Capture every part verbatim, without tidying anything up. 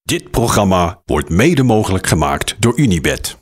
Dit programma wordt mede mogelijk gemaakt door Unibet.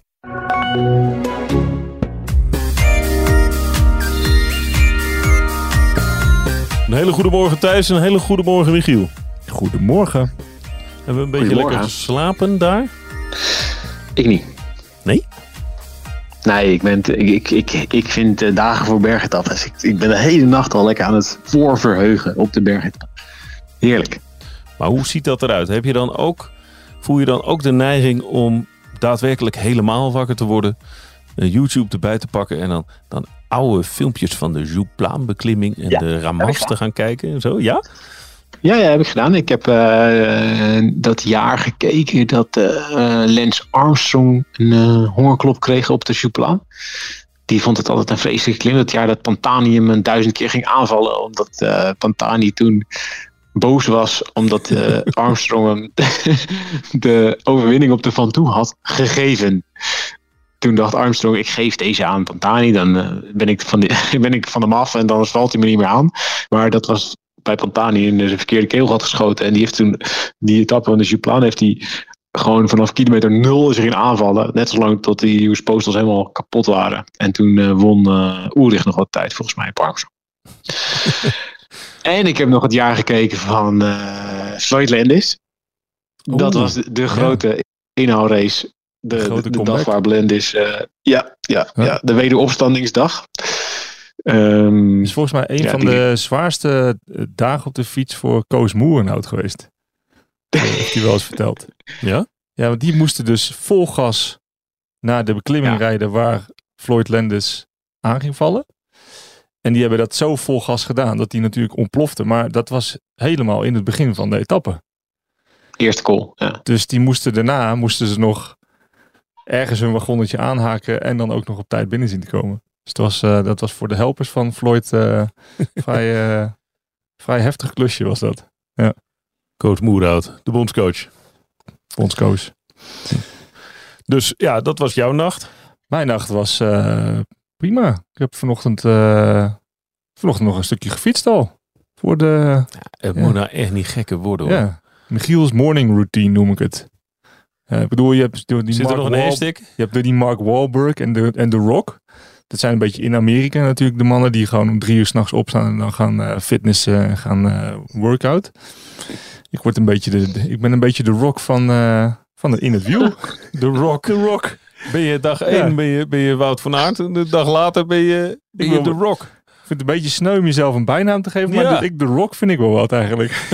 Een hele goede morgen Thijs en een hele goede morgen Michiel. Goedemorgen. Hebben we een beetje lekker geslapen daar? Ik niet. Nee? Nee, ik, ben, ik, ik, ik, ik vind uh, dagen voor bergetappes. Ik, ik ben de hele nacht al lekker aan het voorverheugen op de bergetappe. Heerlijk. Maar hoe ziet dat eruit? Heb je dan ook, voel je dan ook de neiging om daadwerkelijk helemaal wakker te worden, uh, YouTube erbij te pakken en dan, dan oude filmpjes van de Jouplaan beklimming en ja, de Ramas te gaan kijken en zo? Ja? Ja, ja, heb ik gedaan. Ik heb uh, dat jaar gekeken dat uh, Lance Armstrong een uh, hongerklop kreeg op de Jouplaan. Die vond het altijd een vreselijke klim. Dat jaar dat Pantani hem een duizend keer ging aanvallen. Omdat uh, Pantani toen boos was. Omdat uh, Armstrong hem de overwinning op de Van Toe had gegeven. Toen dacht Armstrong, ik geef deze aan Pantani. Dan uh, ben, ik van de, ben ik van hem af en dan valt hij me niet meer aan. Maar dat was bij Pantani in zijn verkeerde keel had geschoten. En die heeft toen die etappe van de Jouplaan heeft hij gewoon vanaf kilometer nul is erin aanvallen. Net zolang tot die U S Postals helemaal kapot waren. En toen uh, won uh, Ulrich nog wat tijd volgens mij op Armstrong. En ik heb nog het jaar gekeken van uh, Floyd Landis. Oeh, dat was de, de grote ja. inhaalrace. De, de, de, de dag waar Landis... Uh, ja, ja, huh? ja, de wederopstandingsdag. Um, is volgens mij een ja, van die... de zwaarste dagen op de fiets voor Koos Moerenhout geweest. Dat heeft hij wel eens verteld. Ja? Ja, want die moesten dus vol gas naar de beklimming ja. rijden waar Floyd Landis aan ging vallen. En die hebben dat zo vol gas gedaan dat die natuurlijk ontplofte. Maar dat was helemaal in het begin van de etappe. Eerste call, ja. Dus die moesten daarna, moesten ze nog ergens hun wagonnetje aanhaken en dan ook nog op tijd binnen zien te komen. Dus het was, uh, dat was voor de helpers van Floyd uh, vrij, uh, vrij heftig klusje was dat. Ja. Coach Moerhout, de bondscoach. Bondscoach. Dus ja, dat was jouw nacht. Mijn nacht was uh, prima. Ik heb vanochtend, uh, vanochtend nog een stukje gefietst al. Voor de, ja, het ja. moet nou echt niet gekker worden hoor. Ja. Michiel's morning routine noem ik het. Uh, ik bedoel, je hebt door die Zit Mark er nog een Wal- hashtag? Je hebt door die Mark Wahlberg en de, en The Rock. Dat zijn een beetje in Amerika natuurlijk de mannen die gewoon om drie uur 's nachts opstaan en dan gaan uh, fitnessen en gaan uh, workout. Ik word een beetje de, de, ik ben een beetje de Rock van, uh, van het in het wiel. De Rock. De Rock. Ben je dag één ja. ben, je, ben je Wout van Aert en de dag later ben je, ben je de Rock. Ik vind het een beetje sneu om jezelf een bijnaam te geven, maar ja. ik de Rock vind ik wel wat eigenlijk.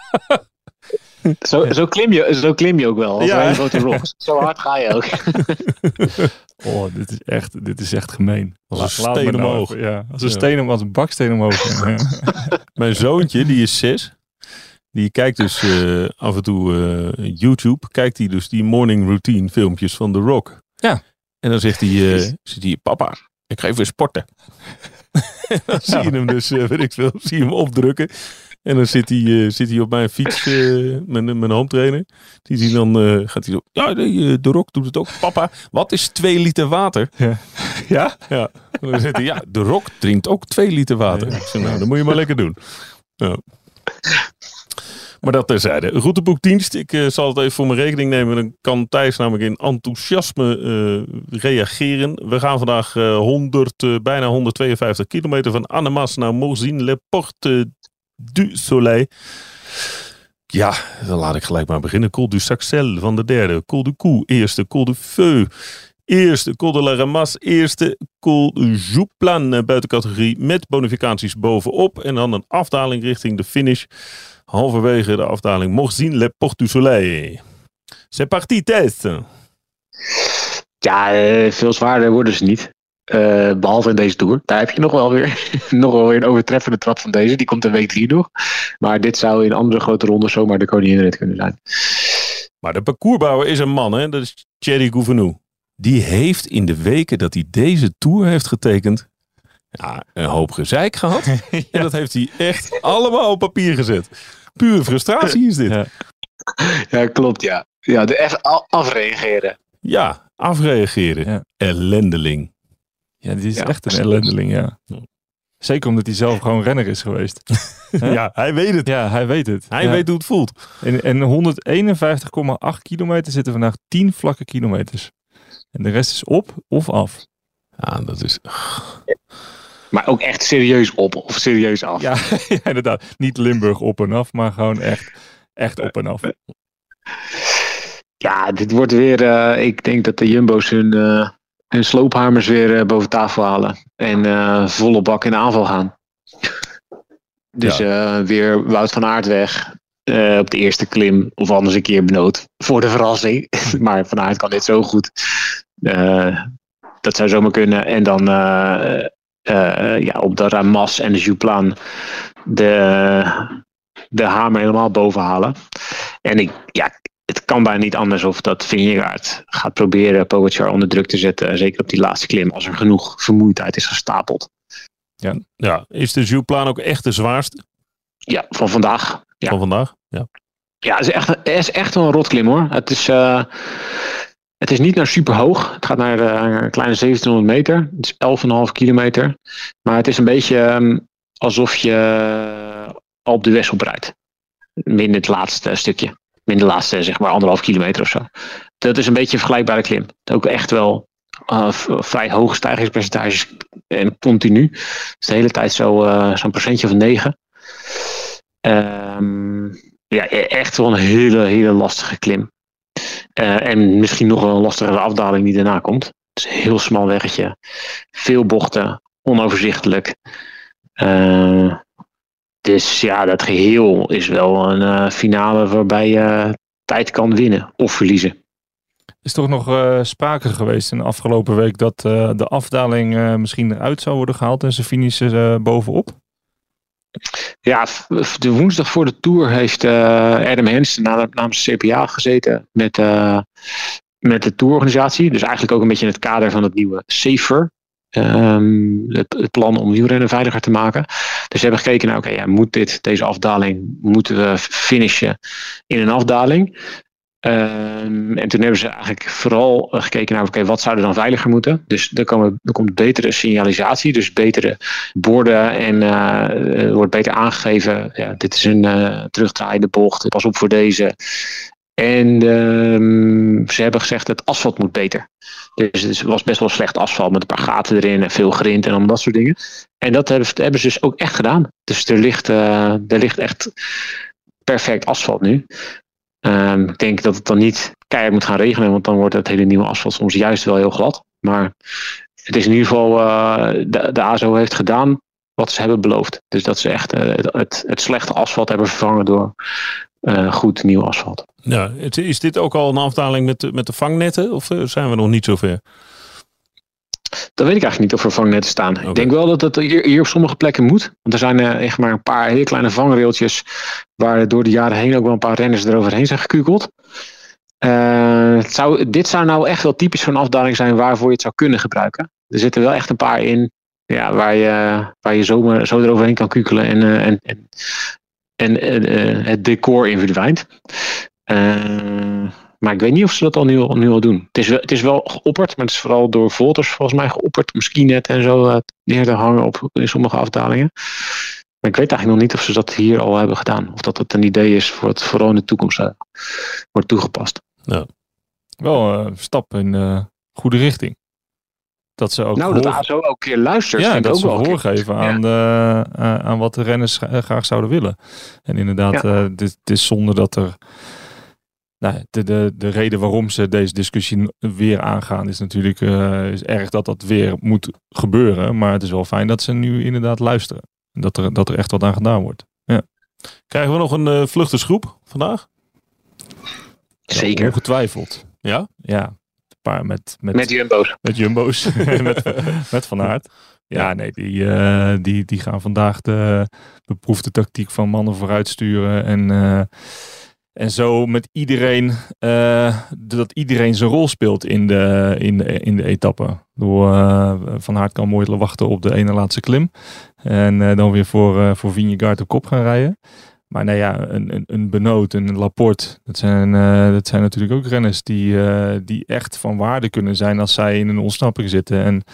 Zo, zo, klim je, zo klim je ook wel. Als ja. een grote rocks. Zo hard ga je ook. Oh, dit is echt, dit is echt gemeen. Als een steen omhoog. Ja, als een ja. steen als een baksteen omhoog. Ja. Mijn zoontje, die is zes. Die kijkt dus uh, af en toe uh, YouTube. Kijkt hij dus die morning routine filmpjes van The Rock. Ja. En dan zegt hij, uh, zegt hij papa, ik ga even sporten. En dan zie je hem dus, uh, weet ik veel, zie je hem opdrukken. En dan zit hij, uh, zit hij op mijn fiets, uh, mijn, mijn home trainer. Die, die dan uh, gaat hij zo, ja, de, de Rock doet het ook. Papa, wat is twee liter water? Ja? Ja. ja. En dan zit hij, ja, de Rock drinkt ook twee liter water. Ja, ja. Ik zeg, nou, dat moet je maar lekker doen. Ja. Maar dat terzijde. Routeboekdienst. Ik uh, zal het even voor mijn rekening nemen. Dan kan Thijs namelijk in enthousiasme uh, reageren. We gaan vandaag uh, honderd, uh, bijna honderdtweeënvijftig kilometer van Annemasse naar Morzine-le-Porte du Soleil. Ja, dan laat ik gelijk maar beginnen. Col du Saxel van de derde. Col du Cou, eerste. Col du Feu, eerste. Col de la Ramas, eerste. Col du Jouplaan, buitencategorie met bonificaties bovenop. En dan een afdaling richting de finish. Halverwege de afdaling Morzine-le-Porte du Soleil. C'est parti, Thijs. Ja, uh, veel zwaarder worden ze niet. Uh, behalve in deze Tour. Daar heb je nog wel weer, nog wel weer een overtreffende trap van deze. Die komt in week drie nog. Maar dit zou in andere grote rondes zomaar de koninginrit kunnen zijn. Maar de parcoursbouwer is een man, hè? Dat is Thierry Gouvenou. Die heeft in de weken dat hij deze Tour heeft getekend, ja, een hoop gezeik gehad. Ja. En dat heeft hij echt allemaal op papier gezet. Pure frustratie is dit. Ja, ja klopt, ja. Ja, de even afreageren. Ja, afreageren. Ja. Ellendeling. Ja, dit is ja, echt een ellendeling, ja. Zeker omdat hij zelf gewoon renner is geweest. Ja, hij weet het. Ja, hij weet het. Hij ja. weet hoe het voelt. En, en honderdeenenvijftig komma acht kilometer zitten vandaag tien vlakke kilometers. En de rest is op of af. Ja, dat is... Maar ook echt serieus op of serieus af. Ja, ja, inderdaad. Niet Limburg op en af, maar gewoon echt, echt op en af. Ja, dit wordt weer... Uh, ik denk dat de Jumbo's hun, uh, hun sloophamers weer uh, boven tafel halen. En uh, volle bak in de aanval gaan. Dus ja. uh, weer Wout van Aert weg. Uh, op de eerste klim. Of anders een keer Benoot. Voor de verrassing. Maar Van Aert kan dit zo goed. Uh, dat zou zomaar kunnen. En dan... Uh, Uh, ja, op de Ramas en de Jouplan de, de hamer helemaal boven halen. En ik, ja, het kan bijna niet anders of dat Vingegaard gaat proberen Pogačar onder druk te zetten. Zeker op die laatste klim, als er genoeg vermoeidheid is gestapeld. Ja, ja. Is de Jouplan ook echt de zwaarste? Ja, van vandaag. Ja. Van vandaag, ja. Ja, het is echt, het is echt wel een rotklim hoor. Het is... Uh, Het is niet naar super hoog. Het gaat naar uh, een kleine zeventienhonderd meter. Het is elf komma vijf kilometer. Maar het is een beetje um, alsof je uh, op de Wessel rijdt. Minder het laatste stukje. Minder de laatste zeg maar anderhalf kilometer of zo. Dat is een beetje een vergelijkbare klim. Ook echt wel uh, v- vrij hoge stijgingspercentages. En continu. Dus de hele tijd zo, uh, zo'n procentje van negen. Um, ja, echt wel een hele, hele lastige klim. Uh, en misschien nog wel een lastigere afdaling die daarna komt. Het is een heel smal weggetje. Veel bochten. Onoverzichtelijk. Uh, dus ja, dat geheel is wel een uh, finale waarbij je tijd kan winnen of verliezen. Is toch nog uh, sprake geweest in de afgelopen week dat uh, de afdaling uh, misschien eruit zou worden gehaald en ze finishen uh, bovenop? Ja, de woensdag voor de Tour heeft uh, Adam Hensen namens C P A gezeten met, uh, met de tourorganisatie. Dus eigenlijk ook een beetje in het kader van het nieuwe Safer. Um, het, het plan om wielrennen veiliger te maken. Dus ze hebben gekeken naar, oké, okay, ja, moet dit, deze afdaling, moeten we finishen in een afdaling? Um, en toen hebben ze eigenlijk vooral gekeken naar, oké, okay, wat zou er dan veiliger moeten? Dus er, komen, er komt betere signalisatie, dus betere borden en uh, er wordt beter aangegeven, ja, dit is een uh, terugdraaiende bocht, pas op voor deze. En um, ze hebben gezegd, het asfalt moet beter. Dus het was best wel slecht asfalt met een paar gaten erin en veel grind en allemaal dat soort dingen. En dat hebben, hebben ze dus ook echt gedaan. Dus er ligt, uh, er ligt echt perfect asfalt nu. Um, ik denk dat het dan niet keihard moet gaan regenen, want dan wordt het hele nieuwe asfalt soms juist wel heel glad. Maar het is in ieder geval, uh, de, de A S O heeft gedaan wat ze hebben beloofd. Dus dat ze echt uh, het, het, het slechte asfalt hebben vervangen door uh, goed nieuw asfalt. Ja, is dit ook al een afdaling met de, met de vangnetten of zijn we nog niet zover? Dat weet ik eigenlijk niet of er vangnetten staan. Okay. Ik denk wel dat het hier, hier op sommige plekken moet. Want er zijn uh, echt maar een paar hele kleine vangrailtjes waar door de jaren heen ook wel een paar renners eroverheen zijn gekukeld. Uh, het zou, dit zou nou echt wel typisch voor een afdaling zijn waarvoor je het zou kunnen gebruiken. Er zitten wel echt een paar in ja, waar je, waar je zo, zo eroverheen kan kukelen en, uh, en, en, en uh, het decor in verdwijnt. Uh, Maar ik weet niet of ze dat al nu, al, nu al doen. Het is, wel, het is wel geopperd, maar het is vooral door Volters volgens mij geopperd. Om skinet en zo uh, neer te hangen op in sommige afdalingen. Maar ik weet eigenlijk nog niet of ze dat hier al hebben gedaan. Of dat het een idee is voor het vooral in de toekomst uh, wordt toegepast. Ja. Wel een uh, stap in de uh, goede richting. Dat ze ook nou, hoor... dat A S O ook een keer luistert. Ja, vind dat ook ze wel hoorgeven ja. aan, de, uh, aan wat de renners graag zouden willen. En inderdaad, ja. uh, dit, dit is zonder dat er... Nou, de, de, de reden waarom ze deze discussie weer aangaan is natuurlijk uh, is erg dat dat weer moet gebeuren. Maar het is wel fijn dat ze nu inderdaad luisteren. Dat er, dat er echt wat aan gedaan wordt. Ja. Krijgen we nog een uh, vluchtersgroep vandaag? Zeker. Ja, ongetwijfeld. Ja? Ja. Een paar met, met, met Jumbo's. Met Jumbo's. met, met Van Aert. Ja, nee, die, uh, die, die gaan vandaag de beproefde tactiek van mannen vooruit sturen. En... Uh, En zo met iedereen, uh, dat iedereen zijn rol speelt in de, in de, in de etappe. Door, uh, Van Aert kan mooi wachten op de ene laatste klim. En uh, dan weer voor, uh, voor Vingegaard op kop gaan rijden. Maar nou ja, een, een, een Benoot, een Laporte, dat zijn, uh, dat zijn natuurlijk ook renners die, uh, die echt van waarde kunnen zijn als zij in een ontsnapping zitten. En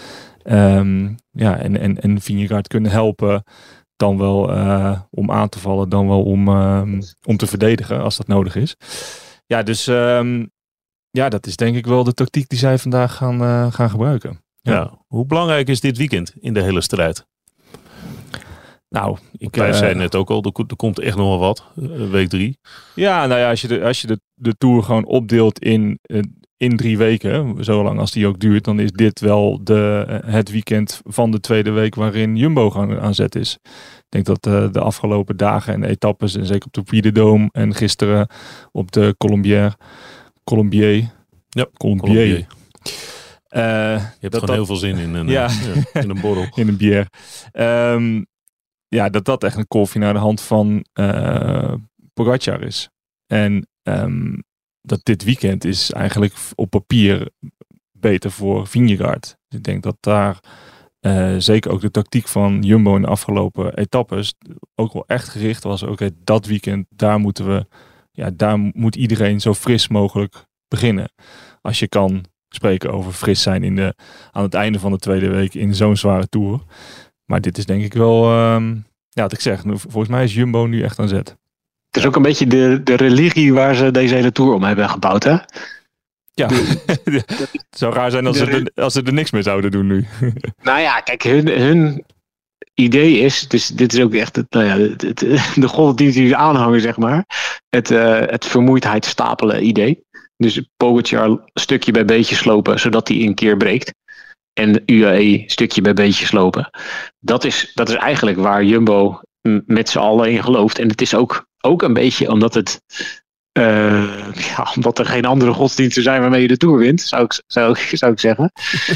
Um, ja, en, en, en Vingegaard kunnen helpen. Dan wel uh, om aan te vallen, dan wel om, uh, om te verdedigen als dat nodig is. Ja, dus um, ja, dat is denk ik wel de tactiek die zij vandaag gaan, uh, gaan gebruiken. Ja. Ja. Hoe belangrijk is dit weekend in de hele strijd? Nou, ik Wij uh, zei net ook al, er, er komt echt nog wel wat, uh, week drie. Ja, nou ja, als je de, als je de, de Tour gewoon opdeelt in, uh, in drie weken, zolang als die ook duurt, dan is dit wel de, uh, het weekend van de tweede week waarin Jumbo aan, aan zet is. Ik denk dat uh, de afgelopen dagen en de etappes, en zeker op de Puy de Dôme en gisteren op de Colombier, Colombier, ja, Colombier. Colombier. Uh, je hebt dat, gewoon dat, heel veel zin in een, ja. uh, in een borrel. In een bier. Um, ja, dat dat echt een kolfje naar de hand van uh, Pogacar is. En um, dat dit weekend is eigenlijk op papier beter voor Vingegaard. Ik denk dat daar uh, zeker ook de tactiek van Jumbo in de afgelopen etappes ook wel echt gericht was. Oké, okay, dat weekend, daar moeten we, ja, daar moet iedereen zo fris mogelijk beginnen. Als je kan spreken over fris zijn in de, aan het einde van de tweede week in zo'n zware Tour. Maar dit is denk ik wel, um, ja, wat ik zeg, volgens mij is Jumbo nu echt aan zet. Het is ook een beetje de, de religie waar ze deze hele Tour om hebben gebouwd, hè? Ja, het zou raar zijn als ze, er, als ze er niks mee zouden doen nu. Nou ja, kijk, hun, hun idee is, dus dit is ook echt het, nou ja, het, het, de godsdienst die aanhangen, zeg maar. Het, uh, het vermoeidheid stapelen idee. Dus Pogacar stukje bij beetje slopen, zodat hij een keer breekt. En de U A E stukje bij beetje slopen. Dat is, dat is eigenlijk waar Jumbo met z'n allen in gelooft. En het is ook, ook een beetje omdat het uh, ja, omdat er geen andere godsdiensten zijn waarmee je de Tour wint, zou ik, zou ik, zou ik zeggen.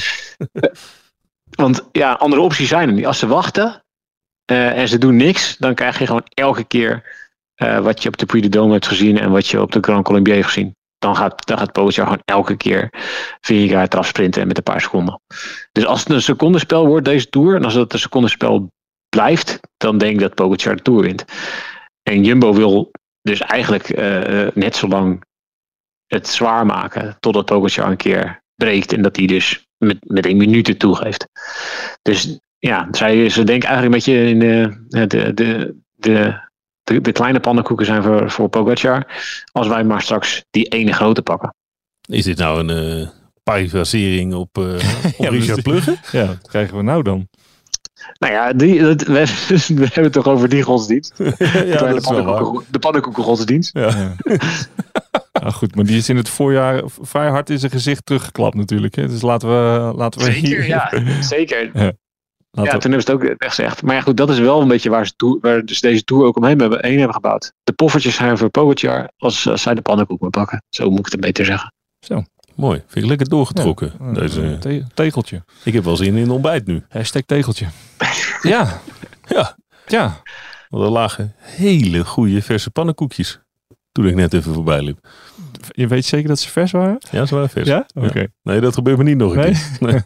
Want ja, andere opties zijn er niet. Als ze wachten uh, en ze doen niks, dan krijg je gewoon elke keer uh, wat je op de Puy de Dôme hebt gezien en wat je op de Grand Colombier hebt gezien. Dan gaat, dan gaat Pogacar gewoon elke keer Vingegaard eraf sprinten en met een paar seconden. Dus als het een secondenspel wordt, deze Tour, en als het een secondenspel blijft, dan denk ik dat Pogacar de Tour wint. En Jumbo wil dus eigenlijk uh, net zo lang het zwaar maken, totdat Pogacar een keer breekt en dat hij dus met, met een minuut toegeeft. Dus ja, zij, ze denken eigenlijk een beetje in de, de, de, de De, de kleine pannenkoeken zijn voor, voor Pogacar. Als wij maar straks die ene grote pakken. Is dit nou een uh, paivasering op, uh, op ja, Richard Plugge? Ja, wat krijgen we nou dan? Nou ja, die, dat, we, we hebben het toch over die godsdienst. ja, de, dat is pannenkoeken, de pannenkoeken godsdienst. Ja. Ja. Nou goed, maar die is in het voorjaar vrij hard in zijn gezicht teruggeklapt natuurlijk. Hè? Dus laten we, laten we zeker, hier... ja, zeker. Ja. Laten ja, toen hebben ze het ook echt gezegd. Maar ja, goed, dat is wel een beetje waar ze toe, waar dus deze Tour ook omheen hebben, heen hebben gebouwd. De poffertjes zijn voor Pogacar als, als zij de pannenkoek maar pakken. Zo moet ik het beter zeggen. Zo. Mooi, vind ik lekker doorgetrokken. Ja, deze... te- tegeltje. Ik heb wel zin in ontbijt nu. Hashtag tegeltje. ja. Ja. Ja. Want er lagen hele goede verse pannenkoekjes toen ik net even voorbij liep. Je weet zeker dat ze vers waren? Ja, ze waren vers. Ja? Oké. Okay. Ja. Nee, dat gebeurt me niet nog een nee? keer. Nee.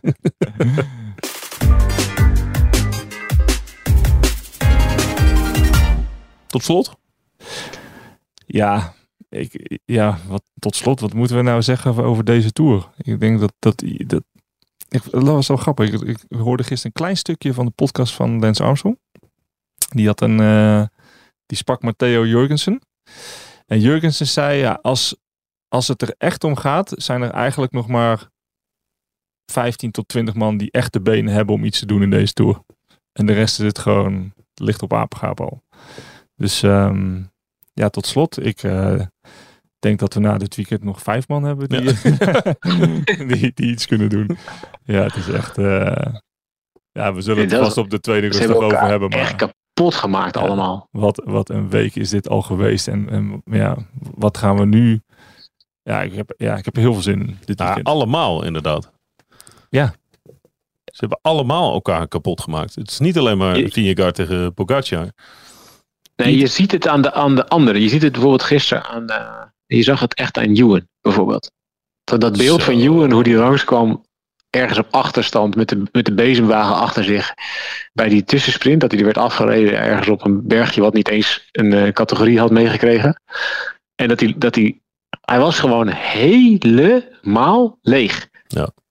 Tot slot? Ja, ik, ja wat, tot slot, wat moeten we nou zeggen over deze Tour? Ik denk dat dat... dat ik, dat was wel grappig. Ik, ik hoorde gisteren een klein stukje van de podcast van Lance Armstrong. Die had een... Uh, die sprak met Theo Jurgensen. En Jurgensen zei, ja, als, als het er echt om gaat, zijn er eigenlijk nog maar vijftien tot twintig man die echt de benen hebben om iets te doen in deze Tour. En de rest is het gewoon, ligt op apengaap al. Dus um, ja, tot slot. Ik uh, denk dat we na dit weekend nog vijf man hebben die, ja. die, die iets kunnen doen. Ja, het is echt... Uh, ja, we zullen het ja, vast op de tweede rust nog over hebben. Maar echt kapot gemaakt ja, allemaal. Wat, wat een week is dit al geweest. En, en ja, wat gaan we nu... Ja, ik heb, ja, ik heb er heel veel zin in dit ja, weekend. Allemaal, inderdaad. Ja. Ze hebben allemaal elkaar kapot gemaakt. Het is niet alleen maar Vingegaard tegen Pogacar. Nee, je ziet het aan de, aan de anderen. Je ziet het bijvoorbeeld gisteren aan... Uh, je zag het echt aan Ewan, bijvoorbeeld. Dat, dat beeld Zo. van Ewan, hoe die langskwam... ergens op achterstand met de, met de bezemwagen achter zich... bij die tussensprint, dat hij er werd afgereden... ergens op een bergje wat niet eens een uh, categorie had meegekregen. En dat hij... Dat hij, hij was gewoon helemaal leeg. Ja.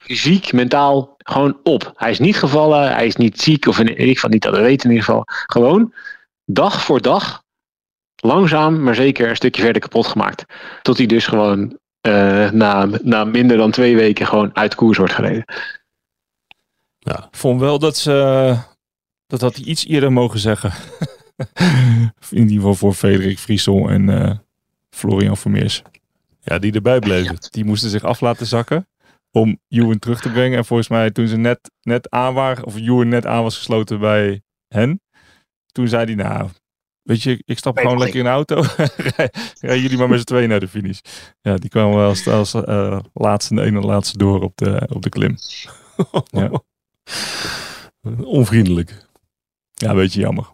fysiek, mentaal gewoon op. Hij is niet gevallen, hij is niet ziek, of in ieder geval niet dat we weten in ieder geval. Gewoon dag voor dag, langzaam, maar zeker een stukje verder kapot gemaakt. Tot hij dus gewoon uh, na, na minder dan twee weken gewoon uit koers wordt gereden. Ja. Ik vond wel dat ze, dat had hij iets eerder mogen zeggen. In ieder geval voor Frederik Vriesel en uh, Florian Vermeers. Ja, die erbij bleven. Die moesten zich af laten zakken om Ewan terug te brengen. En volgens mij toen ze net, net aan waren, of Ewan net aan was gesloten bij hen, toen zei hij, nou, weet je, ik stap nee, gewoon nee. lekker in de auto. Rij jullie maar met z'n tweeën naar de finish. Ja, die kwamen wel als, als uh, laatste, de ene laatste door op de, op de klim. Ja. Onvriendelijk. Ja, een beetje jammer.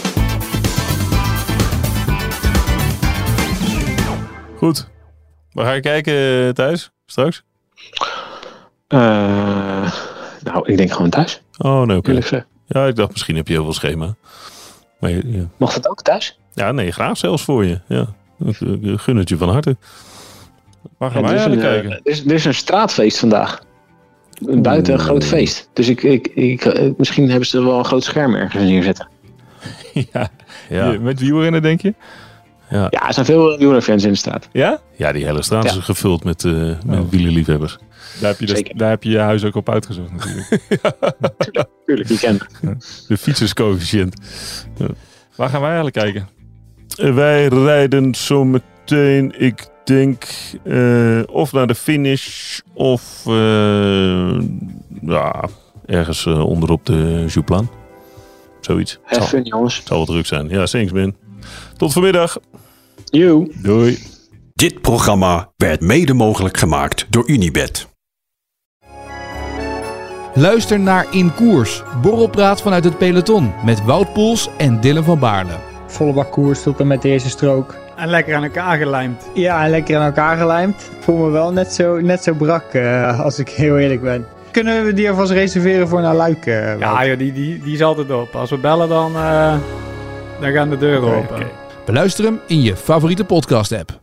Goed. Waar ga je kijken thuis straks? Uh, nou, ik denk gewoon thuis. Oh, nee, oké. Okay. Ja, ik dacht misschien heb je heel veel schema. Maar, ja. Mag dat ook thuis? Ja, nee, graag zelfs voor je. Ja, ik, ik gun het je van harte. Waar gaan wij eigenlijk kijken? Er is, er is een straatfeest vandaag. Buiten een groot feest. Dus ik, ik, ik, misschien hebben ze wel een groot scherm ergens neerzetten. Ja, ja. Met wielrennen denk je? Ja, ja, er zijn veel wielerfans in de straat. Ja? Ja, die hele straat ja. is gevuld met, uh, met oh. wielerliefhebbers. Daar heb, je dus, daar heb je je huis ook op uitgezocht natuurlijk. Ja. Tuurlijk, tuurlijk, die ken ja. De fietserscoëfficiënt. Ja. Waar gaan wij eigenlijk kijken? Uh, wij rijden zo meteen, ik denk, uh, of naar de finish of uh, ja, ergens uh, onderop de Jouplan. Zoiets. Have fun, jongens. Het zal wel druk zijn. Ja, thanks man. Tot vanmiddag. Yo. Doei. Dit programma werd mede mogelijk gemaakt door Unibet. Luister naar In Koers, borrelpraat vanuit het peloton met Wout Poels en Dylan van Baarle. Volle bak koers tot en met de eerste strook. En lekker aan elkaar gelijmd. Ja, en lekker aan elkaar gelijmd. Ik voel me wel net zo, net zo brak, uh, als ik heel eerlijk ben. Kunnen we die alvast reserveren voor naar Luik? Uh, ja, joh, die, die, die is altijd op. Als we bellen, dan, uh, dan gaan de deuren okay, open. Okay. Beluister hem in je favoriete podcast-app.